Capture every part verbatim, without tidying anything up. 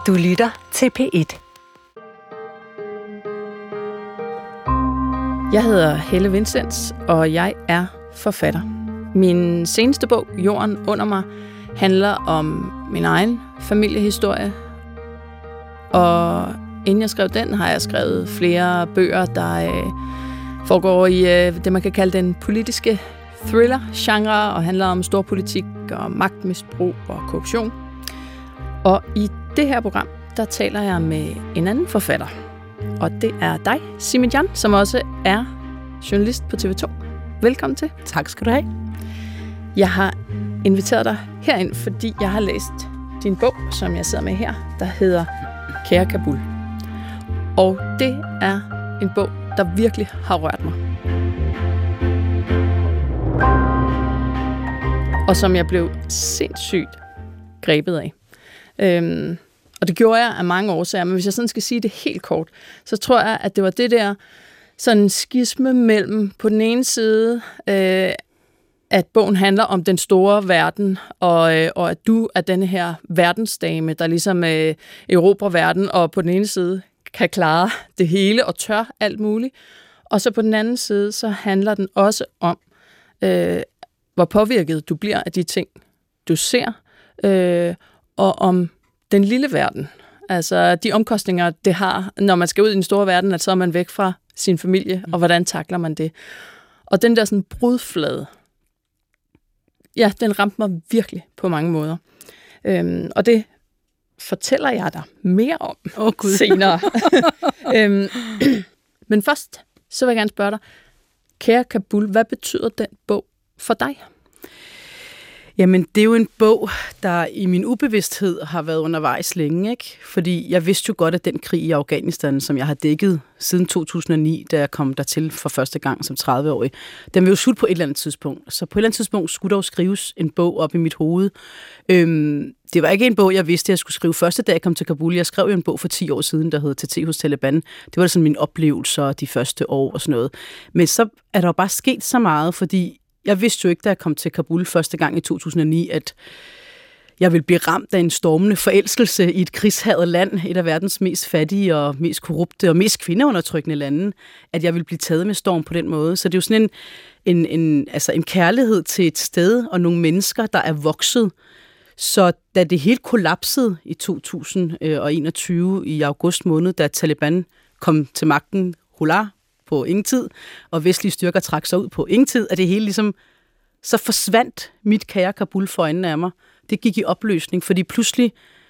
Du lytter til P et. Jeg hedder Helle Vincents, og jeg er forfatter. Min seneste bog, Jorden under mig, handler om min egen familiehistorie. Og inden jeg skrev den, har jeg skrevet flere bøger, der øh, foregår i øh, det, man kan kalde den politiske thriller-genre, og handler om storpolitik og magtmisbrug og korruption. Og i det her program, der taler jeg med en anden forfatter. Og det er dig, Simin Jan, som også er journalist på T V to. Velkommen til. Tak skal du have. Jeg har inviteret dig herind, fordi jeg har læst din bog, som jeg sidder med her, der hedder Kære Kabul. Og det er en bog, der virkelig har rørt mig. Og som jeg blev sindssygt grebet af. Øhm, og det gjorde jeg af mange årsager, men hvis jeg sådan skal sige det helt kort, så tror jeg, at det var det der sådan skisme mellem på den ene side, øh, at bogen handler om den store verden, og, øh, og at du er denne her verdensdame, der ligesom øh, erobrer verden, og på den ene side kan klare det hele og tør alt muligt. Og så på den anden side, så handler den også om, øh, hvor påvirket du bliver af de ting, du ser, øh, og om den lille verden. Altså de omkostninger, det har, når man skal ud i den store verden, at så er man væk fra sin familie, og hvordan takler man det. Og den der sådan brudflade, ja, den ramte mig virkelig på mange måder. Øhm, og det fortæller jeg dig mere om oh, Gud. senere. øhm, men først, så vil jeg gerne spørge dig, Kære Kabul, hvad betyder den bog for dig? Jamen, det er jo en bog, der i min ubevidsthed har været undervejs længe, ikke? Fordi jeg vidste jo godt, at den krig i Afghanistan, som jeg har dækket siden to tusind og ni, da jeg kom dertil for første gang som tredive-årig, den vil jo slutte på et eller andet tidspunkt. Så på et eller andet tidspunkt skulle der jo skrives en bog op i mit hoved. Øhm, det var ikke en bog, jeg vidste, jeg skulle skrive første dag, jeg kom til Kabul. Jeg skrev jo en bog for ti år siden, der hed T T hos Taliban. Det var sådan mine oplevelser de første år og sådan noget. Men så er der jo bare sket så meget, fordi jeg vidste jo ikke, da jeg kom til Kabul første gang i to tusind og ni, at jeg ville blive ramt af en stormende forelskelse i et krigshavet land, et af verdens mest fattige og mest korrupte og mest kvindeundertrykkende lande, at jeg ville blive taget med storm på den måde. Så det er jo sådan en, en, en, altså en kærlighed til et sted og nogle mennesker, der er vokset. Så da det helt kollapsede i to tusind og enogtyve i august måned, da Taliban kom til magten, hurra, på ingen tid, og vestlige styrker trak sig ud på ingen tid, at det hele ligesom, så forsvandt mit kære Kabul for øjnene af mig. Det gik i opløsning, fordi pludselig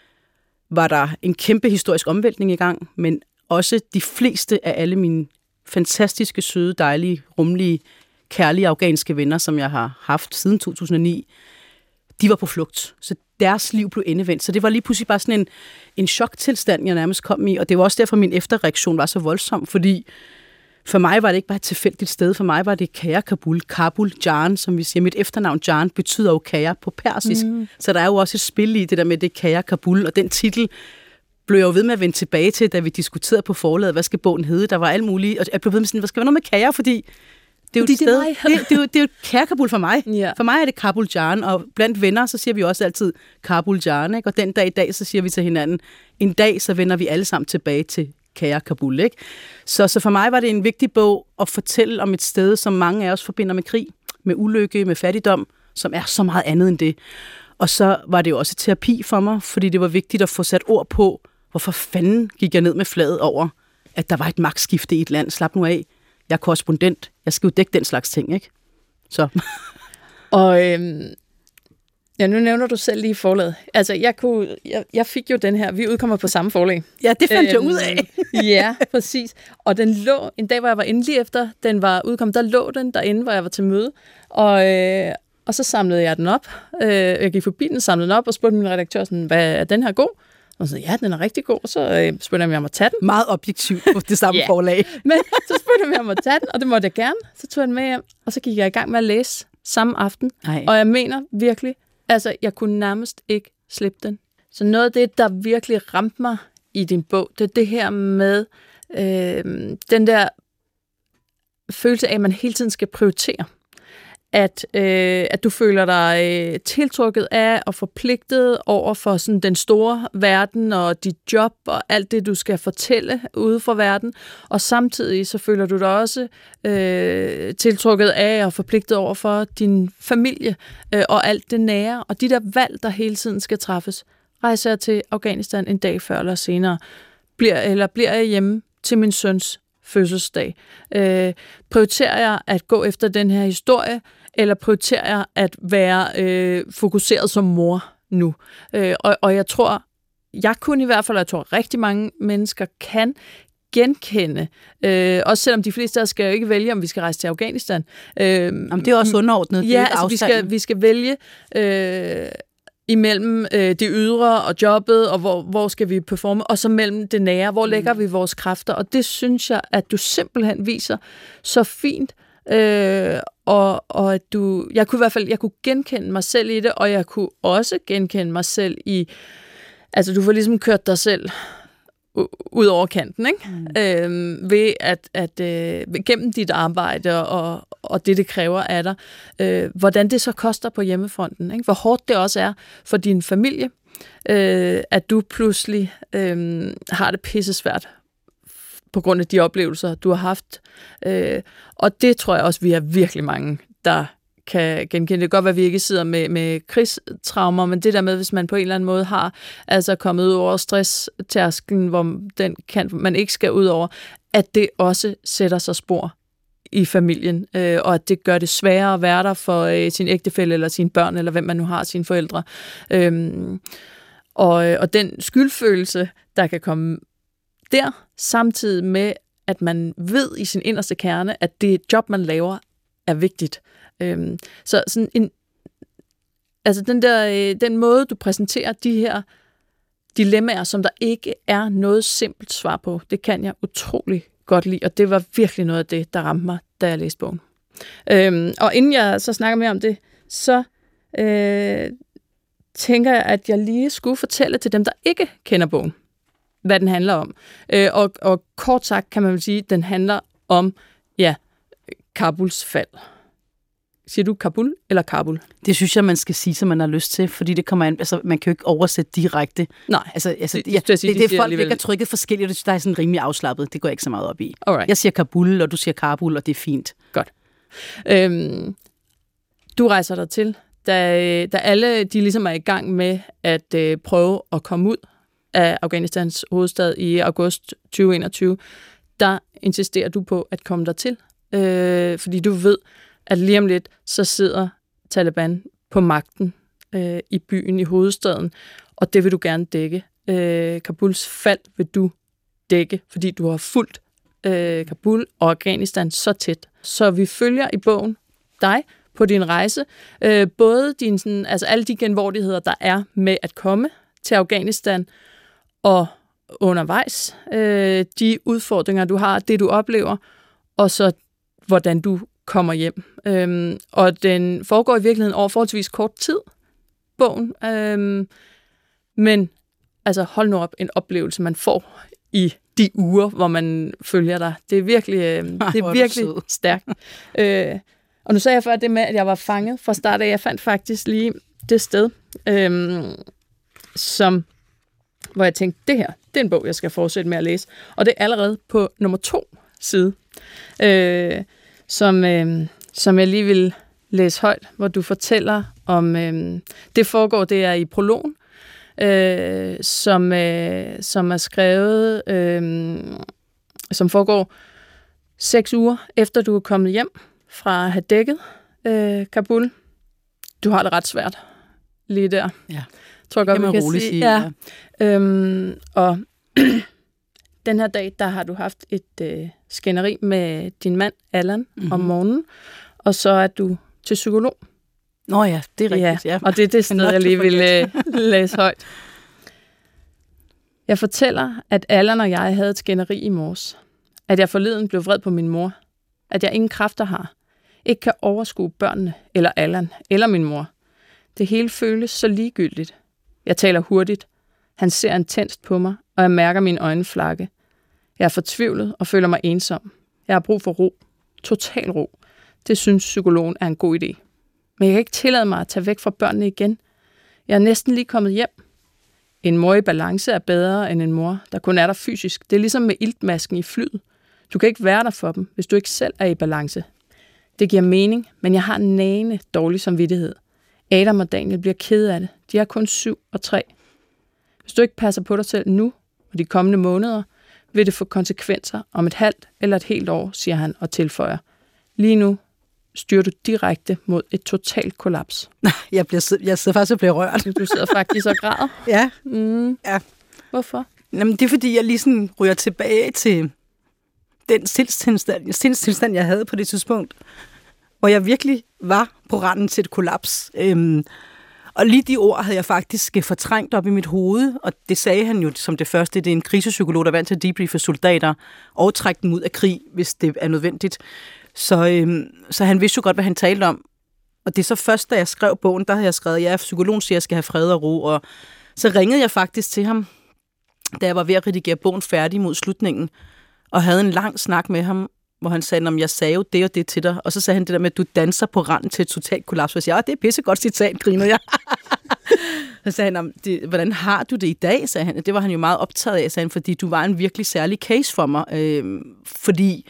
var der en kæmpe historisk omvæltning i gang, men også de fleste af alle mine fantastiske, søde, dejlige, rummelige, kærlige afghanske venner, som jeg har haft siden to tusind og ni, de var på flugt. Så deres liv blev endevendt. Så det var lige pludselig bare sådan en, en choktilstand, jeg nærmest kom i, og det var også derfor, min efterreaktion var så voldsom, fordi for mig var det ikke bare et tilfældigt sted. For mig var det kære Kabul. Kabul, Jan, som vi siger. Mit efternavn Jan betyder jo kære på persisk. Mm. Så der er jo også et spil i det der med det kære Kabul. Og den titel blev jeg jo ved med at vende tilbage til, da vi diskuterede på forlaget, hvad skal bogen hedde. Der var alt muligt. Og jeg blev ved med sådan, hvad skal være noget med kære, fordi det er jo fordi et sted. Det, det, det, er jo, det er jo kære Kabul for mig. Yeah. For mig er det Kabul Jan, og blandt venner, så siger vi også altid Kabul Jan, ikke? Og den dag i dag, så siger vi til hinanden, en dag, så vender vi alle sammen tilbage til kære Kabul, ikke? Så, så for mig var det en vigtig bog at fortælle om et sted, som mange af os forbinder med krig, med ulykke, med fattigdom, som er så meget andet end det. Og så var det jo også terapi for mig, fordi det var vigtigt at få sat ord på, hvorfor fanden gik jeg ned med flaget over, at der var et magtskifte i et land. Slap nu af. Jeg er korrespondent. Jeg skal jo dække den slags ting, ikke? Så. Og øhm ja, nu nævner du selv lige forlaget. Altså, jeg, kunne, jeg, jeg fik jo den her, vi udkommer på samme forlag. Ja, det fandt øhm, jeg ud af. Ja, præcis. Og den lå, en dag, hvor jeg var inde lige efter, den var udkommet, der lå den derinde, hvor jeg var til møde. Og, øh, og så samlede jeg den op. Øh, jeg gik forbi den, samlede den op, og spurgte min redaktør, sådan, hvad er den her god? Og så ja, den er rigtig god. Og så øh, spurgte jeg, om jeg måtte tage den. Meget objektivt på det samme yeah. forlag. Men så spurgte jeg, om jeg måtte tage den, og det måtte jeg gerne. Så tog jeg den med hjem, og så gik jeg i gang med at læse samme aften. Ej. Og jeg mener virkelig, altså, jeg kunne nærmest ikke slippe den. Så noget af det, der virkelig ramte mig i din bog, det er det her med øh, den der følelse af, at man hele tiden skal prioritere. at, øh, at du føler dig øh, tiltrukket af og forpligtet over for sådan den store verden og dit job og alt det, du skal fortælle ude fra verden. Og samtidig så føler du dig også øh, tiltrukket af og forpligtet over for din familie øh, og alt det nære. Og de der valg, der hele tiden skal træffes. Rejser jeg til Afghanistan en dag før eller senere? Bliver, eller bliver jeg hjemme til min søns fødselsdag? Øh, prioriterer jeg at gå efter den her historie, eller prioriterer jeg at være øh, fokuseret som mor nu? Øh, og, og jeg tror, jeg kunne i hvert fald, og jeg tror rigtig mange mennesker kan genkende, øh, også selvom de fleste af os skal jo ikke vælge, om vi skal rejse til Afghanistan. Øh, Jamen, det er også underordnet. Ja, altså vi skal, vi skal vælge øh, imellem øh, det ydre og jobbet, og hvor, hvor skal vi performe, og så mellem det nære, hvor lægger vi vores kræfter, og det synes jeg, at du simpelthen viser så fint, øh, og, og at du, jeg kunne i hvert fald, jeg kunne genkende mig selv i det, og jeg kunne også genkende mig selv i, altså du får ligesom kørt dig selv ud over kanten, ikke? Mm. Øhm, ved at, at øh, gennem dit arbejde og, og det, det kræver af dig, øh, hvordan det så koster på hjemmefronten, ikke? Hvor hårdt det også er for din familie, øh, at du pludselig øh, har det pissesvært på grund af de oplevelser, du har haft. Øh, og det tror jeg også, vi er virkelig mange, der kan genkende. Det kan godt være, at vi ikke sidder med, med krigstraumer, men det der med, hvis man på en eller anden måde har altså kommet ud over stresstærsklen, hvor den kan, man ikke skal ud over, at det også sætter sig spor i familien, øh, og at det gør det sværere at være der for øh, sin ægtefælle eller sine børn, eller hvem man nu har, sine forældre. Øhm, og, og den skyldfølelse, der kan komme der, samtidig med, at man ved i sin inderste kerne, at det job, man laver, er vigtigt. Øhm, så sådan en, altså den der, øh, den måde, du præsenterer de her dilemmaer, som der ikke er noget simpelt svar på, det kan jeg utrolig godt lide, og det var virkelig noget af det, der ramte mig, da jeg læste bogen. Øhm, og inden jeg så snakker mere om det, så øh, tænker jeg, at jeg lige skulle fortælle til dem, der ikke kender bogen, hvad den handler om. Øh, og, og kort sagt kan man vel sige, at den handler om, ja, Kabuls fald. Siger du Kabul eller Kabul? Det synes jeg, man skal sige, som man har lyst til, fordi det kommer an, altså man kan jo ikke oversætte direkte. Nej. Altså, altså det, ja, det, sige, det, det de er folk, alligevel. der er trykket forskelligt, og der er sådan rimelig afslappet. Det går jeg ikke så meget op i. Alright. Jeg siger Kabul, og du siger Kabul, og det er fint. Godt. Øhm, du rejser dig til, da, da alle de ligesom er i gang med at øh, prøve at komme ud af Afghanistans hovedstad i august tyve enogtyve, der insisterer du på at komme der til, øh, fordi du ved, at lige om lidt, så sidder Taliban på magten øh, i byen, i hovedstaden, og det vil du gerne dække. Øh, Kabuls fald vil du dække, fordi du har fulgt øh, Kabul og Afghanistan så tæt. Så vi følger i bogen dig på din rejse, øh, både din, sådan, altså alle de genvordigheder, der er med at komme til Afghanistan, og undervejs, øh, de udfordringer, du har, det du oplever, og så hvordan du kommer hjem. Øhm, og den foregår i virkeligheden over forholdsvis kort tid, bogen. Øhm, men altså hold nu op, en oplevelse, man får i de uger, hvor man følger dig. Det er virkelig, øh, det er virkelig stærkt. øh, og nu sagde jeg før det med, at jeg var fanget fra start af. Jeg fandt faktisk lige det sted, øh, som, hvor jeg tænkte, det her, det er en bog, jeg skal fortsætte med at læse. Og det er allerede på nummer to side. Øh, Som, øh, som jeg lige vil læse højt, hvor du fortæller om, øh, det foregår, det er i prologen, øh, som, øh, som er skrevet, øh, som foregår seks uger efter du er kommet hjem fra at have dækket øh, Kabul. Du har det ret svært lige der. Ja, tror jeg godt, kan man kan roligt sige. sige. Ja. Ja. Øhm, og den her dag, der har du haft et øh, skænderi med din mand, Allan, mm-hmm. om morgenen, og så er du til psykolog. Nå ja, det er rigtigt. Ja, ja. Og det er det sted, jeg lige vil øh, læse højt. Jeg fortæller, at Allan og jeg havde et skænderi i morges. At jeg forleden blev vred på min mor. At jeg ingen kræfter har. Ikke kan overskue børnene, eller Allan, eller min mor. Det hele føles så ligegyldigt. Jeg taler hurtigt. Han ser intenst på mig, og jeg mærker mine øjne flakke. Jeg er fortvivlet og føler mig ensom. Jeg har brug for ro. Total ro. Det synes psykologen er en god idé. Men jeg kan ikke tillade mig at tage væk fra børnene igen. Jeg er næsten lige kommet hjem. En mor i balance er bedre end en mor, der kun er der fysisk. Det er ligesom med iltmasken i flyet. Du kan ikke være der for dem, hvis du ikke selv er i balance. Det giver mening, men jeg har en nagende dårlig samvittighed. Adam og Daniel bliver ked af det. De er kun syv og tre. Hvis du ikke passer på dig selv nu og de kommende måneder, vil det få konsekvenser om et halvt eller et helt år, siger han og tilføjer. Lige nu styrer du direkte mod et totalt kollaps. Jeg, bliver, jeg sidder faktisk og bliver rørt. Du sidder faktisk og græder. Ja. Mm. Ja. Hvorfor? Jamen, det er fordi, jeg lige sådan ryger tilbage til den sindstilstand, sindstilstand, jeg havde på det tidspunkt, hvor jeg virkelig var på randen til et kollaps. Øhm, og lige de ord havde jeg faktisk fortrængt op i mit hoved, og det sagde han jo som det første. Det er en krisepsykolog, der er vant til at debriefe soldater og trække dem ud af krig, hvis det er nødvendigt. Så, øhm, så han vidste jo godt, hvad han talte om. Og det er så først, da jeg skrev bogen, der havde jeg skrevet, ja, psykologen siger, at jeg skal have fred og ro. Og så ringede jeg faktisk til ham, da jeg var ved at redigere bogen færdig mod slutningen, og havde en lang snak med ham, hvor han sagde, om jeg sagde jo det og det til dig. Og så sagde han det der med, at du danser på randen til et totalt kollaps. Og jeg sagde, ja, det er pissegodt citat, grinede jeg. Så sagde han, hvordan har du det i dag, sagde han. Det var han jo meget optaget af, sagde han, fordi du var en virkelig særlig case for mig. Øh, fordi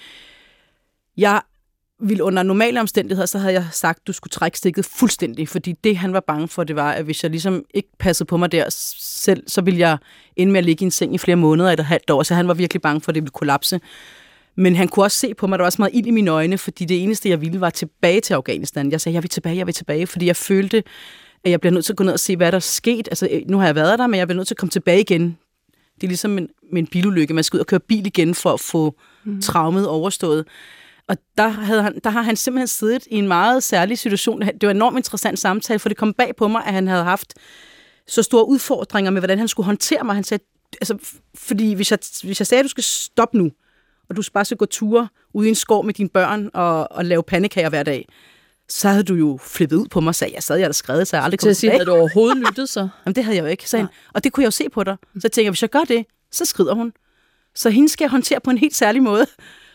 jeg ville under normale omstændigheder, så havde jeg sagt, at du skulle trække stikket fuldstændig, fordi det, han var bange for, det var, at hvis jeg ligesom ikke passede på mig der selv, så ville jeg ende med at ligge i en seng i flere måneder eller et halvt år, så han var virkelig bange for, at det ville kollapse. Men han kunne også se på mig, der var også meget ild i mine øjne, fordi det eneste, jeg ville, var tilbage til Afghanistan. Jeg sagde, jeg vil tilbage, jeg vil tilbage, fordi jeg følte, at jeg bliver nødt til at gå ned og se, hvad der er sket. Altså, nu har jeg været der, men jeg bliver nødt til at komme tilbage igen. Det er ligesom en, en bilulykke. Man skal ud og køre bil igen for at få mm. traumet overstået. Og der, havde han, der har han simpelthen siddet i en meget særlig situation. Det var en enormt interessant samtale, for det kom bag på mig, at han havde haft så store udfordringer med, hvordan han skulle håndtere mig. Han sagde, altså, fordi hvis jeg, hvis jeg sagde, at du skal stoppe nu, og du bare skal gå ture ude i en skov med dine børn og, og lave pandekager hver dag, så havde du jo flippet ud på mig og sagde, jeg sad, jeg havde skrevet, så jeg aldrig kom tilbage. Havde du overhovedet lyttet så? Jamen, det havde jeg jo ikke, sagde han. Og det kunne jeg jo se på dig. Så jeg tænkte, hvis jeg gør det, så skrider hun. Så hende skal jeg håndtere på en helt særlig måde.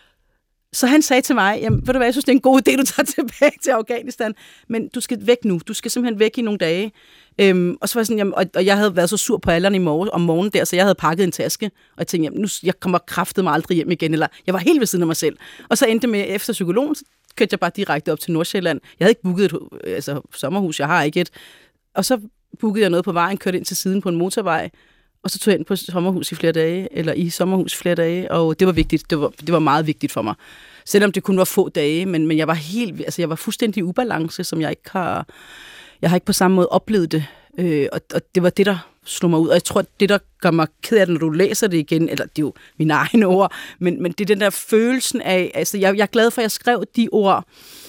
Så han sagde til mig, jamen, ved du hvad, jeg synes, det er en god idé, du tager tilbage til Afghanistan, men du skal væk nu. Du skal simpelthen væk i nogle dage. Øhm, og så var jeg sådan, jamen, og, og jeg havde været så sur på alderen i morgen, om morgenen der, så jeg havde pakket en taske, og jeg tænkte, jamen, nu, jeg kommer kraftedeme mig aldrig hjem igen, eller jeg var helt ved siden af mig selv. Og så endte med, efter psykologen, så kørte jeg bare direkte op til Nordsjælland. Jeg havde ikke booket et altså, sommerhus, jeg har ikke et. Og så bookede jeg noget på vejen, kørte ind til siden på en motorvej, og så tog jeg ind på sommerhus i flere dage, eller i sommerhus flere dage, og det var vigtigt, det var, det var meget vigtigt for mig. Selvom det kun var få dage, men, men jeg var helt, altså jeg var fuldstændig i ubalance, som jeg ikke har, jeg har ikke på samme måde oplevet det, øh, og, og det var det, der slog mig ud, og jeg tror, det, der gør mig ked af det, når du læser det igen, eller det er jo mine egne ord, men, men det er den der følelsen af, altså jeg, jeg er glad for, at jeg skrev de ord,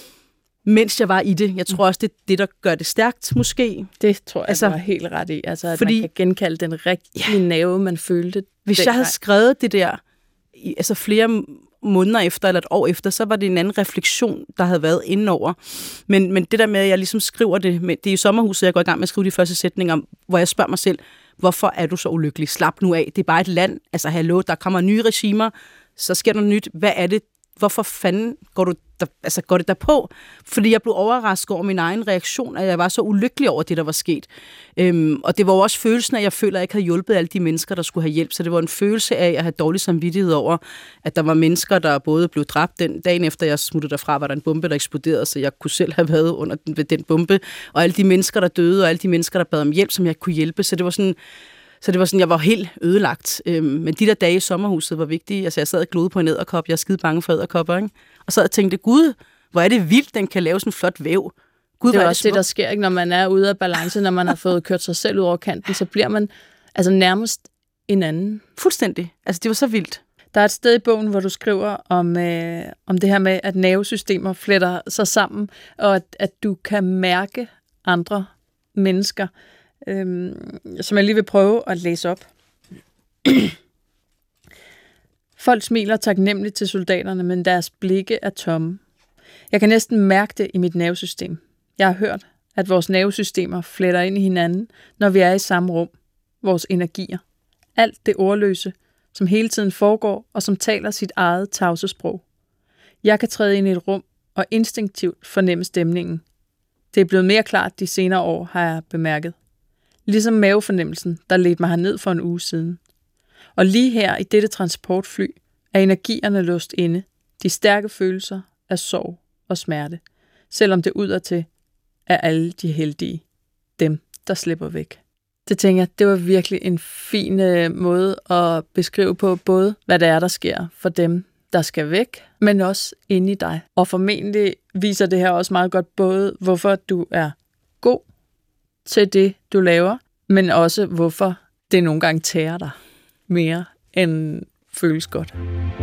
mens jeg var i det. Jeg tror også, det er det, der gør det stærkt, måske. Det tror jeg, altså, du var helt ret i. Altså, at fordi, man kan genkalde den rigtige ja, nerve, man følte. Hvis jeg havde skrevet det der, altså flere måneder efter, eller et år efter, så var det en anden refleksion, der havde været indenover. Men, men det der med, at jeg ligesom skriver det, med, det er i sommerhuset, jeg går i gang med at skrive de første sætninger, hvor jeg spørger mig selv, hvorfor er du så ulykkelig? Slap nu af. Det er bare et land. Altså, hallo, der kommer nye regimer, så sker der noget nyt. Hvad er det? Hvorfor fanden går du der, altså går det der på? Fordi jeg blev overrasket over min egen reaktion, at jeg var så ulykkelig over det, der var sket. Øhm, og det var også følelsen af, at jeg føler, at jeg ikke havde hjulpet alle de mennesker, der skulle have hjælp. Så det var en følelse af at have dårlig samvittighed over, at der var mennesker, der både blev dræbt den dagen efter, jeg smuttede derfra, var der en bombe, der eksploderede, så jeg kunne selv have været under den, ved den bombe. Og alle de mennesker, der døde, og alle de mennesker, der bad om hjælp, som jeg kunne hjælpe. Så det var sådan... Så det var sådan, jeg var helt ødelagt. Øhm, men de der dage i sommerhuset var vigtige. Altså, jeg sad og glodede på en edderkop. Jeg er skide bange for edderkopper, ikke? Og så jeg tænkte, gud, hvor er det vildt, den kan lave sådan en flot væv. Gud, det er er også det, der sker, ikke? Når man er ude af balance, når man har fået kørt sig selv ud over kanten, så bliver man altså nærmest en anden. Fuldstændig. Altså, det var så vildt. Der er et sted i bogen, hvor du skriver om, øh, om det her med, at nervesystemer fletter sig sammen, og at, at du kan mærke andre mennesker, Øhm, som jeg lige vil prøve at læse op. Folk smiler taknemmeligt til soldaterne, men deres blikke er tomme. Jeg kan næsten mærke det i mit nervesystem. Jeg har hørt, at vores nervesystemer fletter ind i hinanden, når vi er i samme rum. Vores energier. Alt det ordløse, som hele tiden foregår, og som taler sit eget tavse sprog. Jeg kan træde ind i et rum og instinktivt fornemme stemningen. Det er blevet mere klart de senere år, har jeg bemærket. Ligesom mavefornemmelsen, der ledte mig herned for en uge siden. Og lige her i dette transportfly er energierne låst inde. De stærke følelser af sorg og smerte. Selvom det udadtil er alle de heldige. Dem, der slipper væk. Det tænker jeg, det var virkelig en fin øh, måde at beskrive på både, hvad det er, der sker for dem, der skal væk, men også inde i dig. Og formentlig viser det her også meget godt både, hvorfor du er god til det, du laver, men også hvorfor det nogle gange tærer dig mere end føles godt.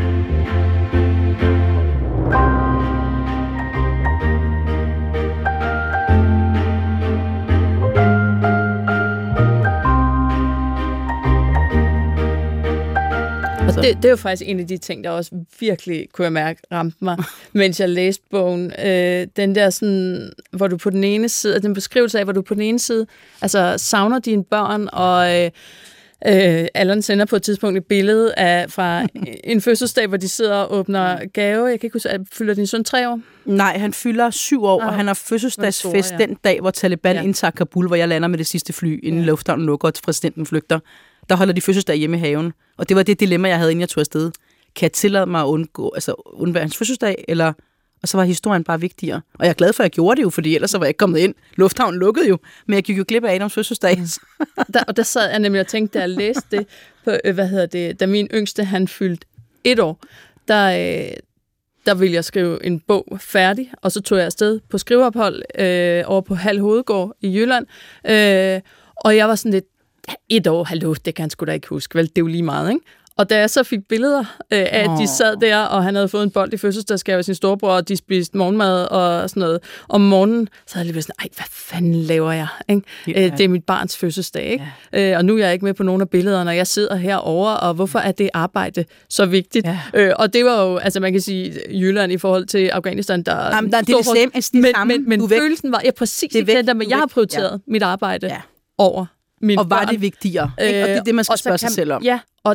Og det, det er jo faktisk en af de ting, der også virkelig, kunne jeg mærke, ramte mig, mens jeg læste bogen. Øh, den der sådan, hvor du på den ene side, den beskrivelse af, hvor du på den ene side, altså savner dine børn, og øh, øh, Allan sender på et tidspunkt et billede af, fra en fødselsdag, hvor de sidder og åbner gave. Jeg kan ikke huske, fylder din søn tre år? Nej, han fylder syv år, ah, og han har fødselsdagsfest store, ja. Den dag, hvor Taliban ja. indtager Kabul, hvor jeg lander med det sidste fly, inden ja. lufthavnen lukker, og præsidenten flygter. Der holder de fødselsdag hjemme i haven. Og det var det dilemma, jeg havde, inden jeg tog afsted. Kan jeg tillade mig at undgå, altså undvære hans fødselsdag, eller... Og så var historien bare vigtigere. Og jeg er glad for, at jeg gjorde det jo, fordi ellers så var jeg ikke kommet ind. Lufthavnen lukkede jo, men jeg gik jo glip af Adams fødselsdag. der, og der sad jeg nemlig og tænkte, da jeg læste det, på, hvad hedder det, da min yngste, han fyldte et år, der, øh, der ville jeg skrive en bog færdig, og så tog jeg afsted på skriveophold øh, over på Hal Hovedgård i Jylland. Øh, og jeg var sådan lidt, et år, hallo, det kan han sgu da ikke huske, vel, det er jo lige meget, ikke? Og da jeg så fik billeder øh, af, at de sad der, og han havde fået en bold i fødselsdagsgave af sin storebror, og de spiste morgenmad og sådan noget om morgenen, så havde jeg lige sådan, ej, hvad fanden laver jeg? Ikke? Ja. Øh, det er mit barns fødselsdag, ikke? Ja. Øh, og nu er jeg ikke med på nogle af billederne, og jeg sidder herovre, og hvorfor er det arbejde så vigtigt? Ja. Øh, og det var jo, altså man kan sige, Jylland i forhold til Afghanistan, der... Jamen, der det er det same, det men, samme. Men, men følelsen var, ja, præcis det den der, men jeg har prioriteret ja. mit arbejde ja. over min Og var børn. Det vigtigere? Øh, og det er det, man skal spørge sig selv om. Ja, og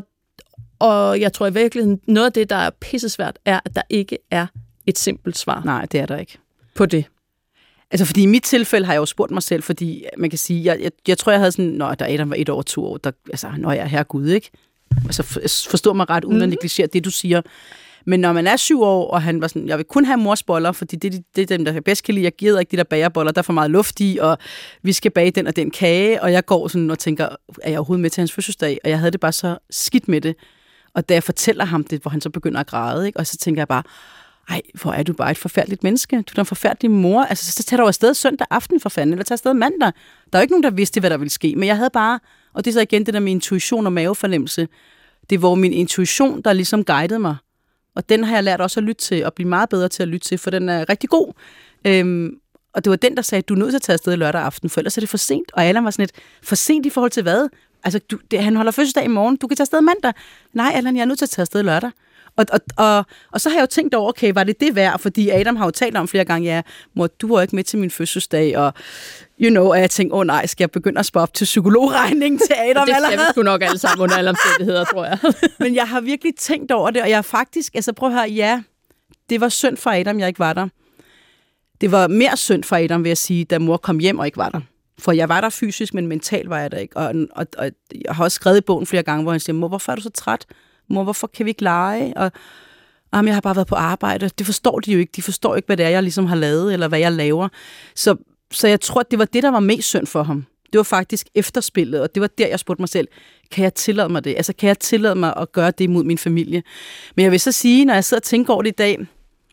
Og jeg tror i virkeligheden, noget af det, der er pissesvært, er, at der ikke er et simpelt svar. Nej, det er der ikke. På det. Altså, fordi i mit tilfælde har jeg jo spurgt mig selv, fordi man kan sige, jeg, jeg, jeg tror, jeg havde sådan, når der Adam var et år, to år, der, altså, når jeg er herregud, ikke? Altså, forstår mig ret, uden mm. at negligere det, du siger. Men når man er syv år, og han var sådan, jeg vil kun have morsboller, fordi det, det, det er dem, der bedst kan lide. Jeg giver ikke de der bagerboller, der er for meget luft i, og vi skal bage den og den kage, og jeg går sådan og tænker, er jeg overhovedet med til hans fødselsdag? Og jeg havde det bare så skidt med det. Og da jeg fortæller ham det, hvor han så begynder at græde, ikke? Og så tænker jeg bare, ej, hvor er du bare et forfærdeligt menneske. Du er en forfærdelig mor. Altså, så tager du afsted søndag aften for fanden, eller tager afsted mandag. Der er jo ikke nogen, der vidste, hvad der ville ske. Men jeg havde bare, og det er så igen det der med intuition og mavefornemmelse, det var min intuition, der ligesom guidede mig. Og den har jeg lært også at lytte til, og blive meget bedre til at lytte til, for den er rigtig god. Øhm, og det var den, der sagde, du er nødt til at tage afsted lørdag aften, for ellers er det for sent. Og Allan var sådan lidt, for sent i forhold til hvad? Altså, du, det, han holder fødselsdag i morgen, du kan tage afsted mandag. Nej, Allan, jeg er nødt til at tage afsted lørdag. Og, og, og, og så har jeg jo tænkt over, okay, var det det værd? Fordi Adam har jo talt om flere gange, ja, mor, du var ikke med til min fødselsdag, og you know, og jeg tænkte, åh oh, nej, skal jeg begynde at spare op til psykologregning til Adam? Det skal vi sgu nok alle sammen under alle omstændigheder, tror jeg. Men jeg har virkelig tænkt over det, og jeg har faktisk, altså prøv at høre, ja, det var synd for Adam, jeg ikke var der. Det var mere synd for Adam, vil jeg sige, da mor kom hjem og ikke var der. For jeg var der fysisk, men mentalt var jeg der ikke. Og, og, og jeg har også skrevet i bogen flere gange, hvor han siger, mor, hvorfor er du så træt? Mor, hvorfor kan vi ikke lege? Og jamen, jeg har bare været på arbejde. Det forstår de jo ikke. De forstår ikke, hvad det er, jeg ligesom har lavet, eller hvad jeg laver. Så, så jeg tror, det var det, der var mest synd for ham. Det var faktisk efterspillet, og det var der, jeg spurgte mig selv, kan jeg tillade mig det? Altså, kan jeg tillade mig at gøre det mod min familie? Men jeg vil så sige, når jeg sidder og tænker over det i dag,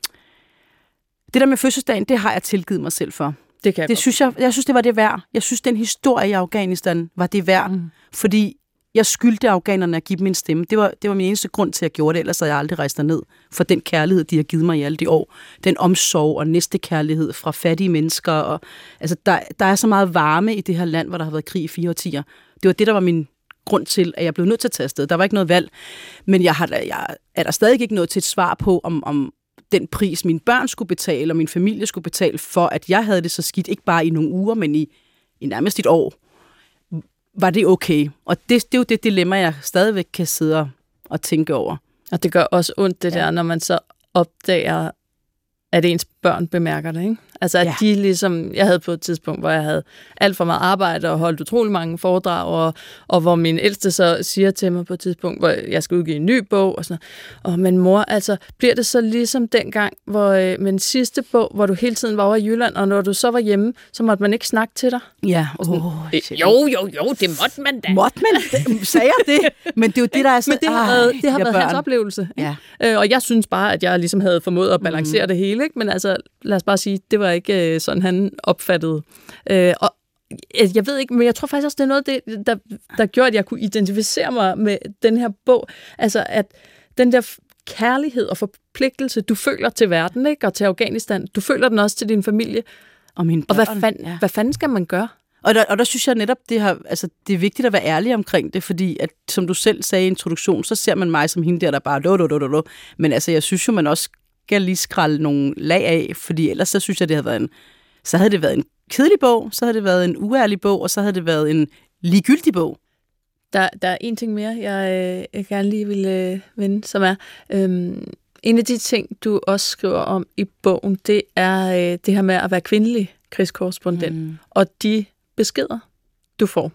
det der med fødselsdagen, det har jeg tilgivet mig selv for. Det kan jeg det synes jeg, jeg synes, det var det værd. Jeg synes, den historie i Afghanistan var det værd, mm. fordi jeg skyldte afghanerne at give dem en stemme. Det var, det var min eneste grund til, at jeg gjorde det, ellers havde jeg aldrig rejst derned. For den kærlighed, de har givet mig i alle de år. Den omsorg og næstekærlighed fra fattige mennesker. Og, altså, der, der er så meget varme i det her land, hvor der har været krig i fire årtier. Det var det, der var min grund til, at jeg blev nødt til at tage afsted. Der var ikke noget valg. Men jeg, har, jeg er der stadig ikke nået til et svar på, om, om den pris, mine børn skulle betale, og min familie skulle betale, for at jeg havde det så skidt, ikke bare i nogle uger, men i, i nærmest et år. Var det okay? Og det, det er jo det dilemma, jeg stadigvæk kan sidde og tænke over. Og det gør også ondt, det ja. der, når man så opdager, at ens børn bemærker det, ikke? Altså at Ja. de ligesom, jeg havde på et tidspunkt, hvor jeg havde alt for meget arbejde og holdt utrolig mange foredrag, og, og hvor min ældste så siger til mig på et tidspunkt, hvor jeg skal udgive en ny bog, og sådan noget. Og men mor, altså bliver det så ligesom dengang, hvor øh, med den sidste bog, hvor du hele tiden var over i Jylland, og når du så var hjemme, så måtte man ikke snakke til dig? Ja. Oh, jo, jo, jo, det måtte man da. Måtte man? Sagde jeg det? Men det er jo det, der er så... Men det har været, det har været hans oplevelse. Ja. Øh, og jeg synes bare, at jeg ligesom havde formået at balancere mm. det hele. Ikke? Men altså, lad os bare sige, det var ikke øh, sådan, han opfattede. Øh, og jeg ved ikke, men jeg tror faktisk også, det er noget, det, der, der gjorde, at jeg kunne identificere mig med den her bog. Altså, at den der kærlighed og forpligtelse, du føler til verden, ikke? Og til Afghanistan, du føler den også til din familie. Og mine børn. Og hvad, fand, ja. hvad fanden skal man gøre? Og der, og der synes jeg netop, det, har, altså, det er vigtigt at være ærlig omkring det, fordi at, som du selv sagde i introduktion, så ser man mig som hende der, der bare do, do, do, do, do. Men altså, jeg synes jo, man også skal lige skralde nogle lag af, fordi ellers så synes jeg, det havde været en, så havde det været en kedelig bog, så havde det været en uærlig bog, og så havde det været en ligegyldig bog. Der, der er en ting mere, jeg, jeg gerne lige vil øh, vende, som er, øhm, en af de ting, du også skriver om i bogen, det er øh, det her med at være kvindelig krigskorrespondent, mm. og de beskeder, du får.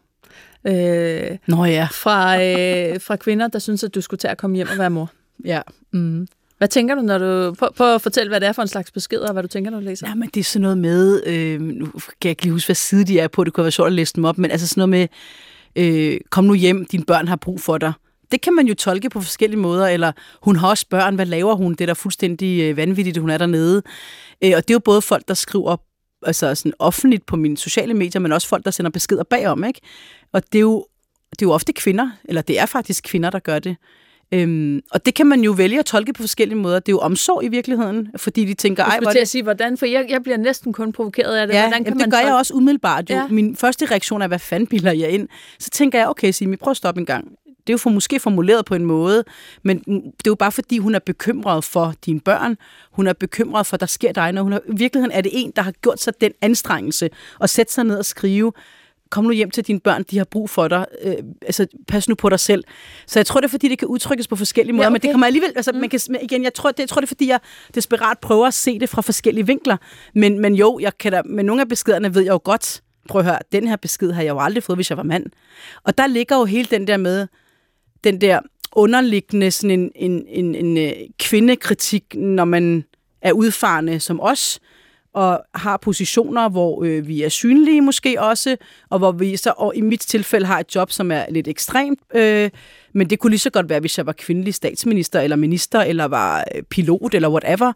Øh, Nå ja. Fra, øh, fra kvinder, der synes, at du skulle til at komme hjem og være mor. Ja. Mm. Hvad tænker du, når du... Prøv at fortælle, hvad det er for en slags beskeder, og hvad du tænker, når du læser. Ja, men det er sådan noget med... Øh, nu kan jeg ikke lige huske, hvad side de er på. Det kunne være sjovt at læse dem op. Men altså sådan noget med... Øh, kom nu hjem, dine børn har brug for dig. Det kan man jo tolke på forskellige måder. Eller hun har også børn. Hvad laver hun? Det er da fuldstændig øh, vanvittigt, hun er dernede. Øh, og det er jo både folk, der skriver altså sådan offentligt på mine sociale medier, men også folk, der sender beskeder bagom, ikke? Og det er jo, det er jo ofte kvinder, eller det er faktisk kvinder, der gør det. Øhm, og det kan man jo vælge at tolke på forskellige måder. Det er jo omsorg i virkeligheden, fordi de tænker... Jeg skulle til at sige, hvordan, for jeg, jeg bliver næsten kun provokeret af det. Ja, hvordan kan jamen, man det gør tolke? jeg også umiddelbart. Jo. Ja. Min første reaktion er, hvad fanden bilder jeg ind? Så tænker jeg, okay, Simi, prøv at stoppe en gang. Det er jo for, måske formuleret på en måde, men det er jo bare fordi, hun er bekymret for dine børn. Hun er bekymret for, der sker dig noget. Hun er, i virkeligheden er det en, der har gjort sig den anstrengelse at sætte sig ned og skrive, kom nu hjem til dine børn, de har brug for dig. Øh, altså, pas nu på dig selv. Så jeg tror, det er, fordi det kan udtrykkes på forskellige måder, ja, okay. Men det kommer alligevel... Altså, mm. man kan, igen, jeg tror, det, jeg tror, det er, fordi jeg desperat prøver at se det fra forskellige vinkler. Men, men jo, jeg kan da, med nogle af beskederne ved jeg jo godt, prøv at høre, den her besked har jeg jo aldrig fået, hvis jeg var mand. Og der ligger jo hele den der med, den der underliggende sådan en, en, en, en, en kvindekritik, når man er udfarende som os, og har positioner, hvor øh, vi er synlige måske også, og hvor vi så og i mit tilfælde har et job, som er lidt ekstremt, øh, men det kunne lige så godt være, hvis jeg var kvindelig statsminister, eller minister, eller var pilot, eller whatever,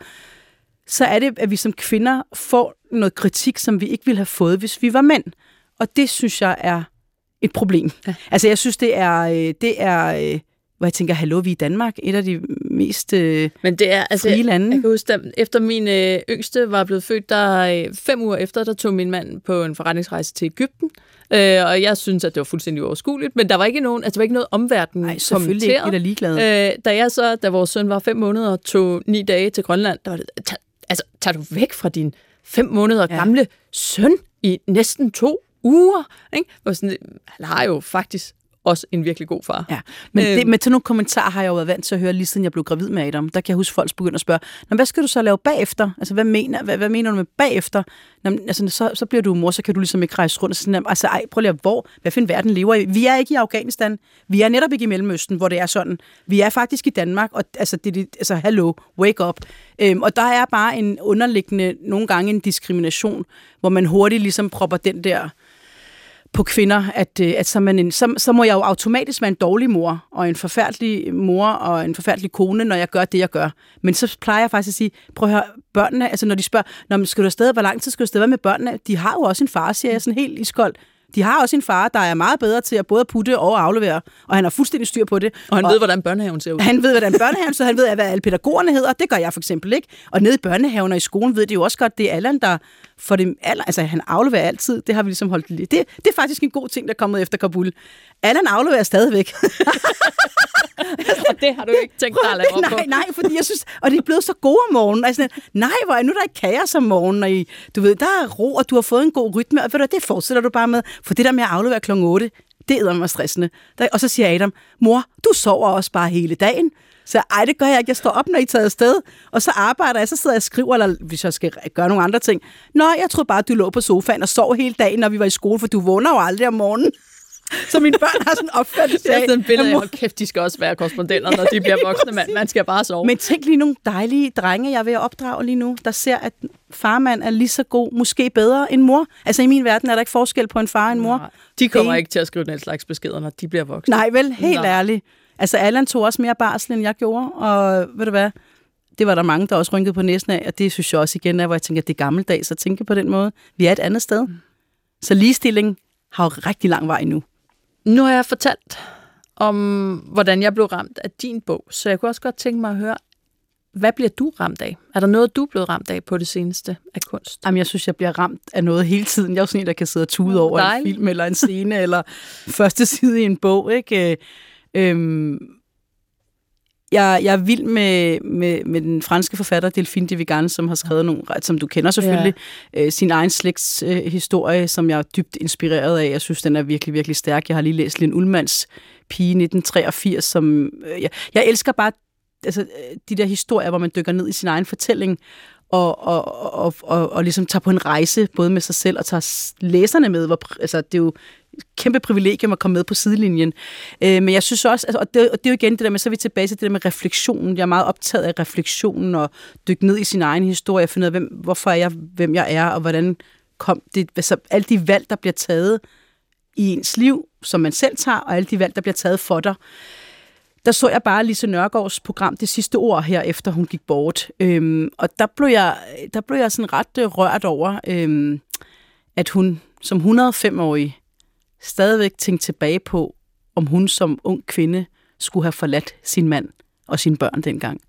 så er det, at vi som kvinder får noget kritik, som vi ikke ville have fået, hvis vi var mænd. Og det synes jeg er et problem. Ja. Altså jeg synes, det er... Det er hvor jeg tænker, hallo, vi i Danmark, et af de mest øh, Men det er, altså, frie lande. Jeg kan huske, at efter min øh, yngste var blevet født, der øh, fem uger efter, der tog min mand på en forretningsrejse til Egypten. Øh, og jeg synes, at det var fuldstændig uoverskueligt, men der var ikke nogen, altså der var ikke noget omverden kommenteret. Nej, selvfølgelig ikke, er ligeglade. Øh, da jeg så, da vores søn var fem måneder og tog ni dage til Grønland, der var det, tag, altså tager du væk fra din fem måneder ja. gamle søn i næsten to uger, ikke? Og sådan, han har jo faktisk også en virkelig god far. Ja, men det, med til nogle kommentarer har jeg jo været vant til at høre, lige siden jeg blev gravid med Adam. Der kan jeg huske, folk begynder at spørge, hvad skal du så lave bagefter? Altså, hvad mener, hvad, hvad mener du med bagefter? Nå, altså, så, så bliver du mor, så kan du ligesom ikke rejse rundt og sådan, altså, ej, prøv lige at, hvor, hvad for en verden lever i? Vi er ikke i Afghanistan. Vi er netop ikke i Mellemøsten, hvor det er sådan. Vi er faktisk i Danmark, og altså, det, det, altså hello, wake up. Øhm, og der er bare en underliggende, nogle gange en diskrimination, hvor man hurtigt ligesom propper den der på kvinder, at, at så, man en, så, så må jeg jo automatisk være en dårlig mor, og en forfærdelig mor, og en forfærdelig kone, når jeg gør det, jeg gør. Men så plejer jeg faktisk at sige, prøv at høre, børnene, altså når de spørger, når skal du afsted, hvor lang tid skal du afsted med børnene? De har jo også en far, siger jeg sådan helt iskold. De har også en far, der er meget bedre til at både putte og aflevere, og han har fuldstændig styr på det. Og han og ved, hvordan børnehaven ser ud. Han ved, hvordan børnehaven, så han ved, hvad alle pædagogerne hedder. Det gør jeg for eksempel ikke. Og nede i børnehaven og i skolen ved de jo også godt, det er Allan, der for det, altså han afleverer altid. Det har vi ligesom holdt lidt. Det, det er faktisk en god ting, der er kommet efter Kabul. Allan afleverer stadigvæk. Og det har du ikke tænkt dig at lave op på. Nej, nej, fordi jeg synes, og det er blevet så gode om morgenen. Altså, nej, hvor er nu der ikke kaos om morgenen, og I, du ved, der er ro, og du har fået en god rytme, og ved du, det fortsætter du bare med. For det der med at aflevere klokken otte, det er mig stressende. Der, og så siger Adam, mor, du sover også bare hele dagen. Så ej, det gør jeg ikke. Jeg står op, når I er taget afsted, og så arbejder jeg, så sidder jeg og skriver, eller hvis jeg skal gøre nogle andre ting. Nå, jeg troede bare, at du lå på sofaen og sov hele dagen, når vi var i skole, for du vågner jo aldrig om morgenen. Så mine børn har sådan en opfattelse af... Det er sådan et billede af, hold kæft, de skal også være korrespondenter, når de bliver voksne. Man, man skal bare sove. Men tænk lige nogle dejlige drenge, jeg er ved at opdrage lige nu, der ser, at farmand er lige så god, måske bedre end mor. Altså i min verden er der ikke forskel på en far og en mor. Nej, de kommer det... ikke til at skrive den slags beskeder, når de bliver voksne. Nej, vel, helt Nej. ærligt. Altså Allan tog også mere barsel, end jeg gjorde, og ved du hvad, det var der mange, der også rynkede på næsen af, og det synes jeg også igen er, hvor jeg tænker, at det er gammeldags at tænke på den måde. Vi er et andet sted. Mm. Så ligestilling har jo rigtig lang vej nu. Nu har jeg fortalt om, hvordan jeg blev ramt af din bog, så jeg kunne også godt tænke mig at høre, hvad bliver du ramt af? Er der noget, du er blevet ramt af på det seneste af kunst? Jamen, jeg synes, jeg bliver ramt af noget hele tiden. Jeg er jo sådan en, der kan sidde og tude over en film, eller en scene, eller første side i en bog, ikke? Øhm, jeg, jeg er vild med, med, med den franske forfatter Delphine de Vigan, som har skrevet nogle, som du kender selvfølgelig, ja. øh, sin egen slægtshistorie, øh, som jeg er dybt inspireret af. Jeg synes, den er virkelig, virkelig stærk. Jeg har lige læst Linn Ullmanns Pige nitten treogfirs, som... Øh, jeg, jeg elsker bare altså, de der historier, hvor man dykker ned i sin egen fortælling, og, og, og, og, og ligesom tager på en rejse, både med sig selv og tager læserne med. Hvor, altså, det er jo kæmpe privilegium at komme med på sidelinjen. Øh, men jeg synes også, altså, og, det, og det er jo igen det der med, så er vi tilbage til det der med refleksionen. Jeg er meget optaget af refleksionen og dykke ned i sin egen historie, finde ud af, hvem, hvorfor er jeg, hvem jeg er, og hvordan kom det, altså alle de valg, der bliver taget i ens liv, som man selv tager, og alle de valg, der bliver taget for dig. Der så jeg bare Lise Nørgaards program Det sidste ord her, efter hun gik bort. Øhm, og der blev jeg, der blev jeg sådan ret øh, rørt over, øhm, at hun som hundrede og fem-årig stadigvæk tænkte tilbage på, om hun som ung kvinde skulle have forladt sin mand og sine børn dengang.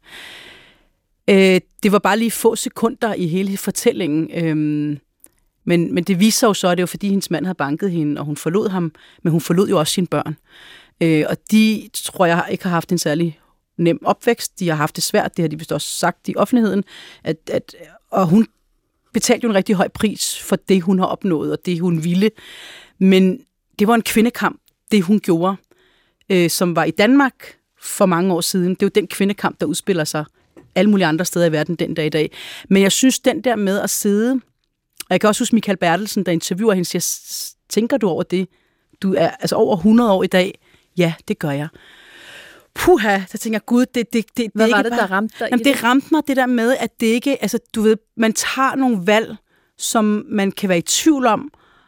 Øh, det var bare lige få sekunder i hele fortællingen, øhm, men, men det viser jo så, at det var fordi hendes mand havde banket hende, og hun forlod ham, men hun forlod jo også sine børn. Øh, og de, tror jeg, ikke har haft en særlig nem opvækst. De har haft det svært, det har de vist også sagt i offentligheden. At, at, og hun betalte jo en rigtig høj pris for det, hun har opnået, og det, hun ville. Men det var en kvindekamp, det hun gjorde, øh, som var i Danmark for mange år siden. Det er jo den kvindekamp, der udspiller sig alle mulige andre steder i verden den dag i dag. Men jeg synes, den der med at sidde, og jeg kan også huske Michael Bertelsen, der interviewer hende, siger, tænker du over det? Du er altså over hundrede år i dag. Ja, det gør jeg. Puha, der tænker jeg, gud, det, det, det, Hvad det var det, det, der ramte dig? Jamen, det ramte mig, det der med, at det ikke, altså, du ved, man tager nogle valg, som man kan være i tvivl om,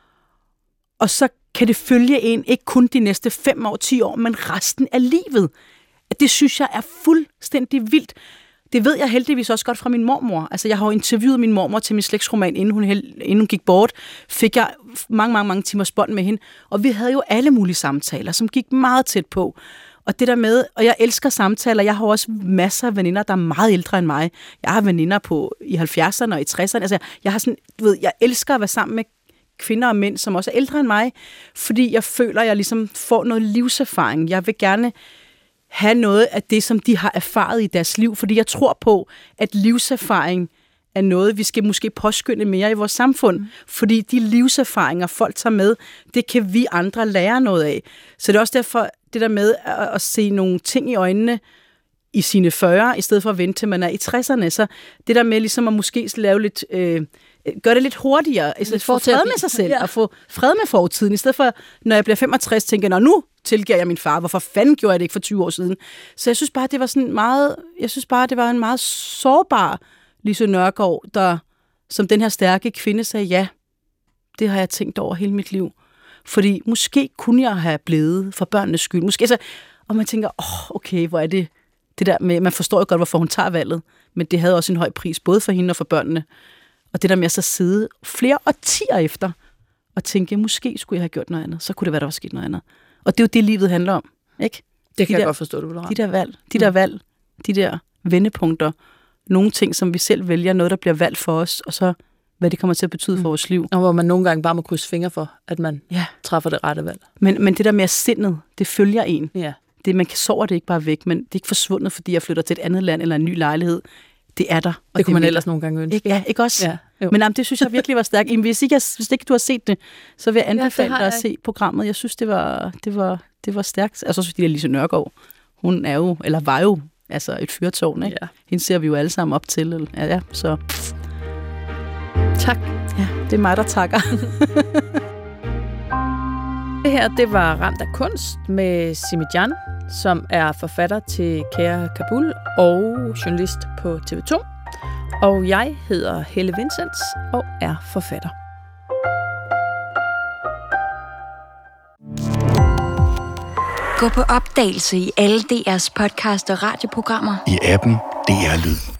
og så kan det følge en, ikke kun de næste fem år, ti år, men resten af livet. Det synes jeg er fuldstændig vildt. Det ved jeg heldigvis også godt fra min mormor. Altså, jeg har jo interviewet min mormor til min slægtsroman, inden hun, inden hun gik bort. Fik jeg mange, mange, mange timers bånd med hende. Og vi havde jo alle mulige samtaler, som gik meget tæt på. Og det der med, og jeg elsker samtaler. Jeg har også masser af veninder, der er meget ældre end mig. Jeg har veninder på i halvfjerdserne og i tresserne. Altså, jeg har sådan, du ved, jeg elsker at være sammen med kvinder og mænd, som også er ældre end mig, fordi jeg føler, at jeg ligesom får noget livserfaring. Jeg vil gerne have noget af det, som de har erfaret i deres liv, fordi jeg tror på, at livserfaring er noget, vi skal måske påskynde mere i vores samfund, mm. fordi de livserfaringer, folk tager med, det kan vi andre lære noget af. Så det er også derfor, det der med at, at se nogle ting i øjnene i sine fyrre, i stedet for at vente til man er i tresserne, så det der med ligesom at måske lave lidt... Øh, gør det lidt hurtigere, altså få fred med sig selv, ja. Og få fred med fortiden, i stedet for, når jeg bliver femogtres, tænker jeg, nu tilgiver jeg min far, hvorfor fanden gjorde jeg det ikke for tyve år siden? Så jeg synes bare, det var sådan meget, jeg synes bare, det var en meget sårbar Lise Nørgaard, der som den her stærke kvinde sagde, ja, det har jeg tænkt over hele mit liv. Fordi måske kunne jeg have blevet for børnenes skyld. Måske, altså, og man tænker, åh, oh, okay, hvor er det, det der med, man forstår jo godt, hvorfor hun tager valget, men det havde også en høj pris, både for hende og for børnene. Og det der med at så sidde flere årtier efter og tænke, måske skulle jeg have gjort noget andet, så kunne det være, der var sket noget andet. Og det er jo det, livet handler om, ikke? Det kan de jeg der, godt forstå, du vil De der valg, de der valg, de der vendepunkter, nogle ting, som vi selv vælger, noget, der bliver valgt for os, og så hvad det kommer til at betyde mm. for vores liv. Og hvor man nogle gange bare må krydse fingre for, at man ja. træffer det rette valg. Men, men det der med at sindet, det følger en. Ja. Det, man kan sove det ikke bare væk, men det er ikke forsvundet, fordi jeg flytter til et andet land eller en ny lejlighed. Det er der. Og det kunne det man ellers nogle gange ønske. Ikke, ja, ikke også? Ja. Jo. Men jamen, det synes jeg virkelig var stærkt. Hvis ikke, hvis ikke du har set det, så vil jeg anbefale ja, dig at se programmet. Jeg synes, det var, det var, det var stærkt. Altså, så synes jeg, Lise Nørgaard, hun er jo, eller var jo, altså et fyrtårn, ikke? Ja. Hende ser vi jo alle sammen op til. Ja, ja, så... Tak. Ja, det er mig, der takker. Det her, det var Ramt af kunst med Simi Jan, som er forfatter til Kære Kabul og journalist på T V to. Og jeg hedder Helle Vincents og er forfatter. Gå på opdagelse i alle D R's podcast og radioprogrammer. I appen D R Lyd.